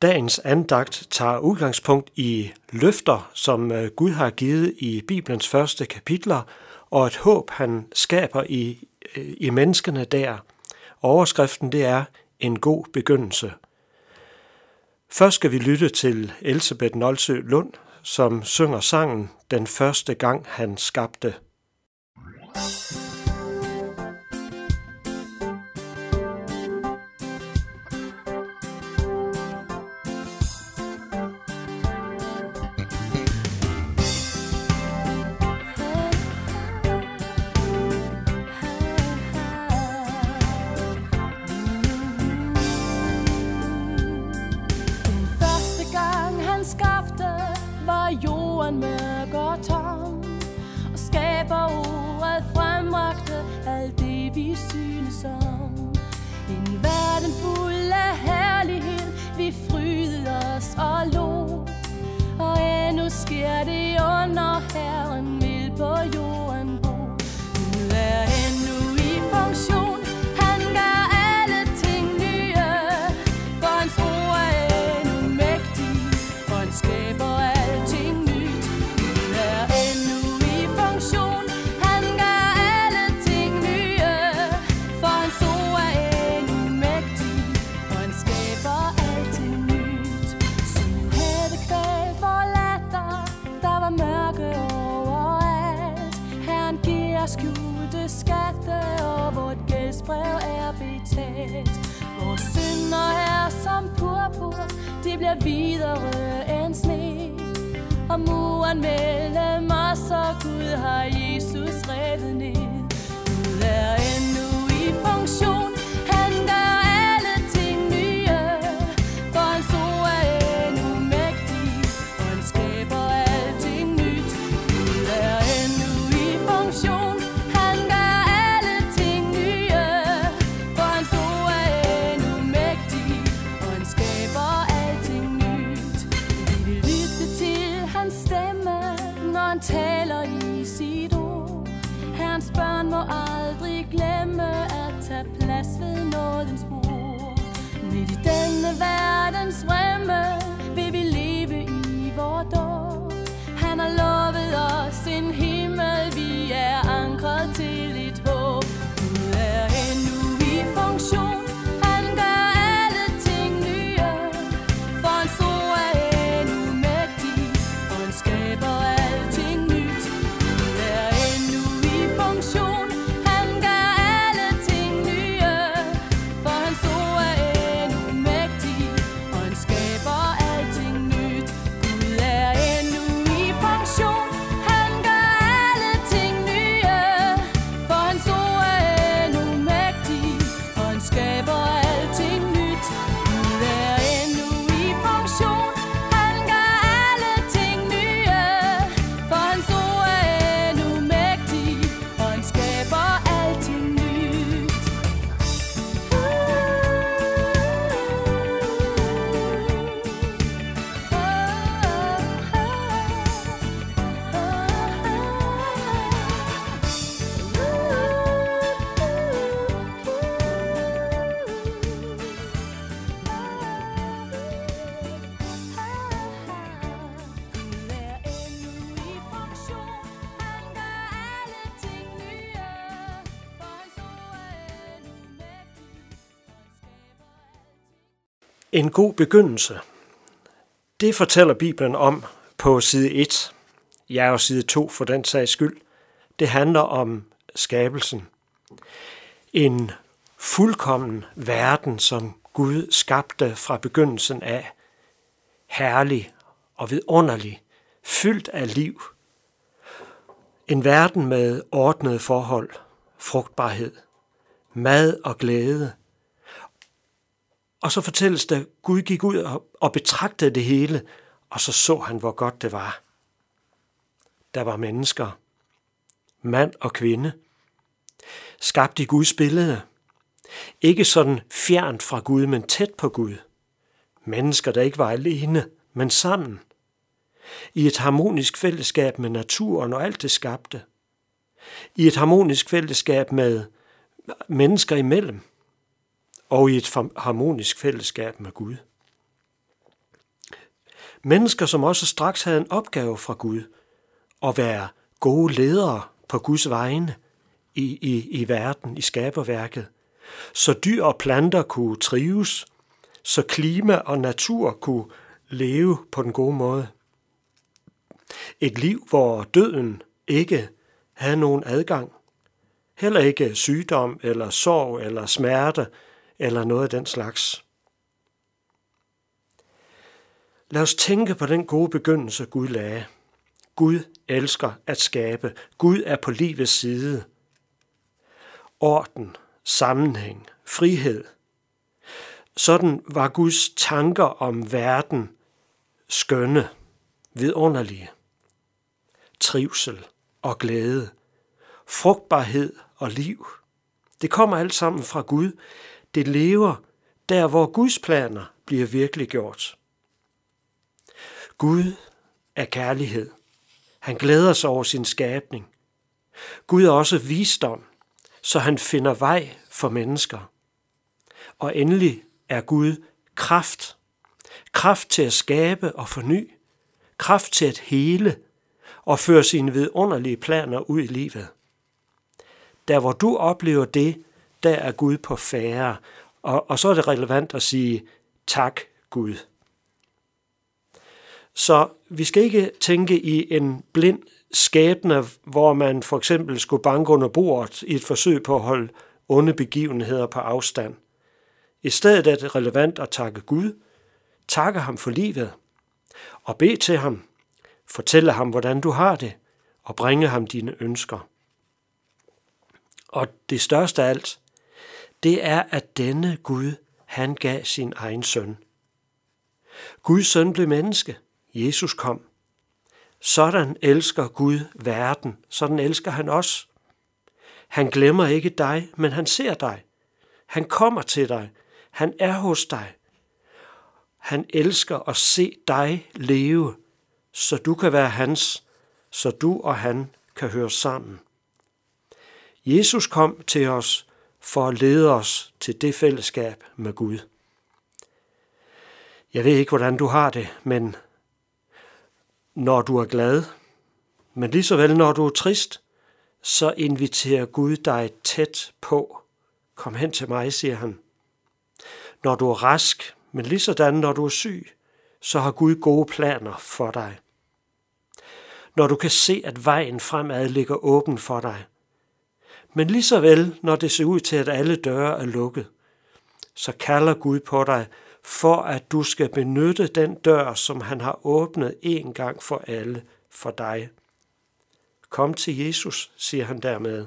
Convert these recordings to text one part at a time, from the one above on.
Dagens andagt tager udgangspunkt i løfter, som Gud har givet i Bibelens første kapitler, og et håb, han skaber i menneskene der. Overskriften det er en god begyndelse. Først skal vi lytte til Elsebeth Nolsø Lund, som synger sangen Den første gang han skabte. Jorden mørk og tom, og skaber ordet frembragte alt det vi synes om. En verden fuld af herlighed, vi frydede os og lo, og endnu sker det under Herren vil på jorden bo. Gud er endnu i funktion, han gør alle ting nye, for hans ord er endnu mægtig, og han skaber alting nyt. Gud er endnu i funktion, han gør alle ting nye, for hans ord er endnu mægtig, og han skaber alting nyt. Solen havde kvalt vor latter, der var mørke overalt. Herren giver skjulte skatte, og vort gældsbrev er betalt. Vores synder er som purpur, de bliver hvidere end sne, og muren mellem os og Gud har Jesus revet ned. Gud er endnu i funktion, han gør alle ting nye, for hans ord er endnu mægtig, og han skaber alting nyt. Gud er endnu i funktion, han gør alle ting nye, for hans ord er endnu mægtig, og han skaber alting nyt. Vi vil lytte til hans stemme, når han taler i sit ord. Herrens børn må aldrig glemme at tage plads ved nådens bord. Midt i denne verdens vremme vil vi leve i vort år. Han har lovet os en himmel, vi er ankret til et håb. Gud er endnu i funktion, han gør alle ting nye, for hans ord er endnu mægtig, og han skaber alting nyt. Gud er endnu i funktion, han gør alle ting nye, for hans ord er endnu mægtig, og han skaber alting nyt. Gud er endnu i funktion, han gør alle ting nye, for hans ord er endnu mægtig, og han skaber alting nyt. Gud er endnu i funktion, han gør alle ting nye, for hans ord er endnu mægtig, og han skaber alting nyt. En god begyndelse. Det fortæller Bibelen om på side 1, ja og side 2 for den sags skyld. Det handler om skabelsen. En fuldkommen verden, som Gud skabte fra begyndelsen af. Herlig og vidunderlig, fyldt af liv. En verden med ordnede forhold, frugtbarhed, mad og glæde. Og så fortælles det, at Gud gik ud og betragtede det hele, og så han, hvor godt det var. Der var mennesker, mand og kvinde, skabt i Guds billede. Ikke sådan fjernt fra Gud, men tæt på Gud. Mennesker, der ikke var alene, men sammen. I et harmonisk fællesskab med naturen og alt det skabte. I et harmonisk fællesskab med mennesker imellem. Og i et harmonisk fællesskab med Gud. Mennesker, som også straks havde en opgave fra Gud, at være gode ledere på Guds vegne i verden, i skaberværket, så dyr og planter kunne trives, så klima og natur kunne leve på den gode måde. Et liv, hvor døden ikke havde nogen adgang, heller ikke sygdom eller sorg eller smerte eller noget af den slags. Lad os tænke på den gode begyndelse, Gud lagde. Gud elsker at skabe. Gud er på livets side. Orden, sammenhæng, frihed. Sådan var Guds tanker om verden skønne, vidunderlige. Trivsel og glæde, frugtbarhed og liv. Det kommer alt sammen fra Gud. Det lever der, hvor Guds planer bliver virkeliggjort. Gud er kærlighed. Han glæder sig over sin skabning. Gud er også visdom, så han finder vej for mennesker. Og endelig er Gud kraft. Kraft til at skabe og forny. Kraft til at hele og føre sine vidunderlige planer ud i livet. Der hvor du oplever det, der er Gud på færde. Og så er det relevant at sige tak Gud. Så vi skal ikke tænke i en blind skæbne, hvor man for eksempel skulle banke under bordet i et forsøg på at holde onde begivenheder på afstand. I stedet er det relevant at takke Gud, takke ham for livet og bede til ham, fortælle ham, hvordan du har det og bringe ham dine ønsker. Og det største af alt, det er, at denne Gud, han gav sin egen søn. Guds søn blev menneske. Jesus kom. Sådan elsker Gud verden. Sådan elsker han os. Han glemmer ikke dig, men han ser dig. Han kommer til dig. Han er hos dig. Han elsker at se dig leve, så du kan være hans, så du og han kan høre sammen. Jesus kom til os for at lede os til det fællesskab med Gud. Jeg ved ikke, hvordan du har det, men når du er glad, men lige så vel når du er trist, så inviterer Gud dig tæt på. Kom hen til mig, siger han. Når du er rask, men lige sådan når du er syg, så har Gud gode planer for dig. Når du kan se, at vejen fremad ligger åben for dig. Men lige så vel, når det ser ud til, at alle døre er lukket, så kalder Gud på dig, for at du skal benytte den dør, som han har åbnet en gang for alle for dig. Kom til Jesus, siger han dermed.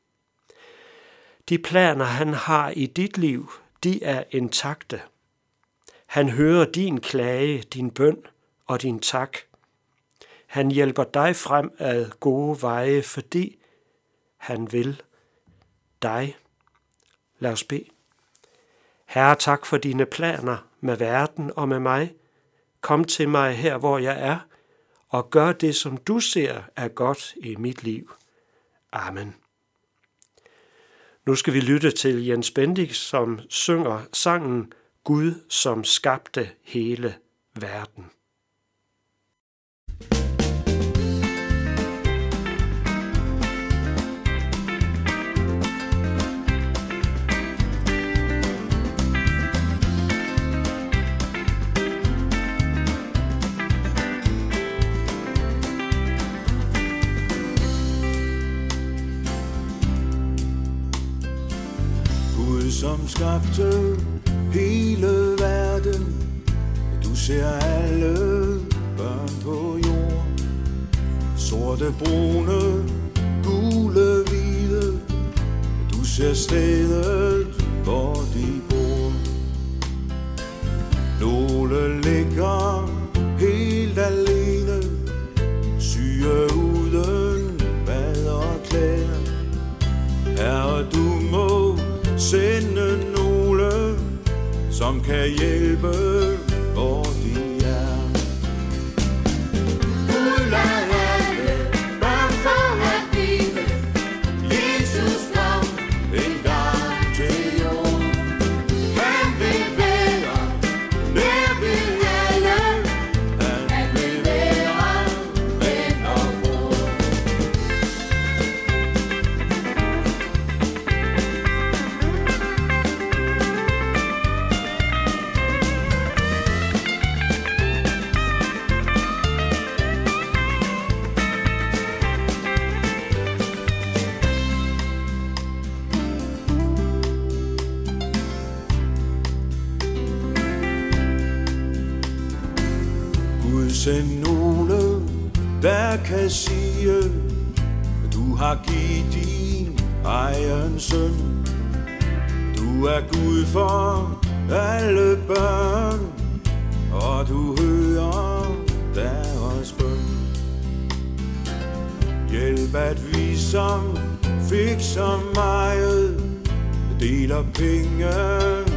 De planer, han har i dit liv, de er intakte. Han hører din klage, din bøn og din tak. Han hjælper dig frem ad gode veje, fordi han vil dig. Lad os bede. Herre, tak for dine planer med verden og med mig. Kom til mig her, hvor jeg er, og gør det, som du ser er godt i mit liv. Amen. Nu skal vi lytte til Jens Bendix, som synger sangen Gud, som skabte hele verden. Som skabte hele verden. Du ser alle børn på jorden, sorte, brune, gule, hvide. Du ser stedet, hvor de bor. Nogle ligger helt alene, syge uden mad og klæder. Herre, du må sende nogle, som kan hjælpe, hvor de er. Gud lad alle børn få at vide, Jesus kom en gang til jorden. Han vil være nær ved alle, Han send nogle, der kan sige, at du har givet din egen søn. Du er Gud for alle børn, og du hører deres bøn. Hjælp at vi som fik så meget, deler penge